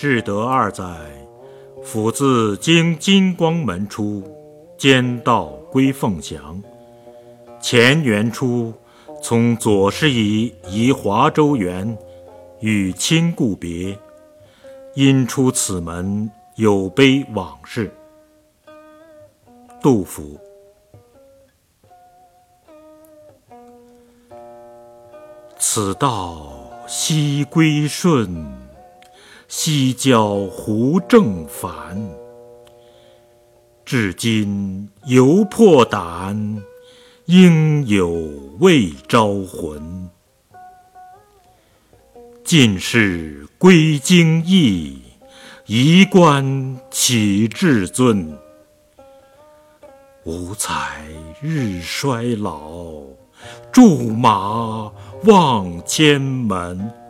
至德2载，甫自经金光门出，兼道归凤翔。乾元初，从左师仪移华州园，与亲故别。因出此门，有悲往事。杜甫。此道西归顺，西郊胡正烦。至今犹破胆，应有未招魂。进士归京邑，移官启至尊。五彩日衰老，驻马望千门。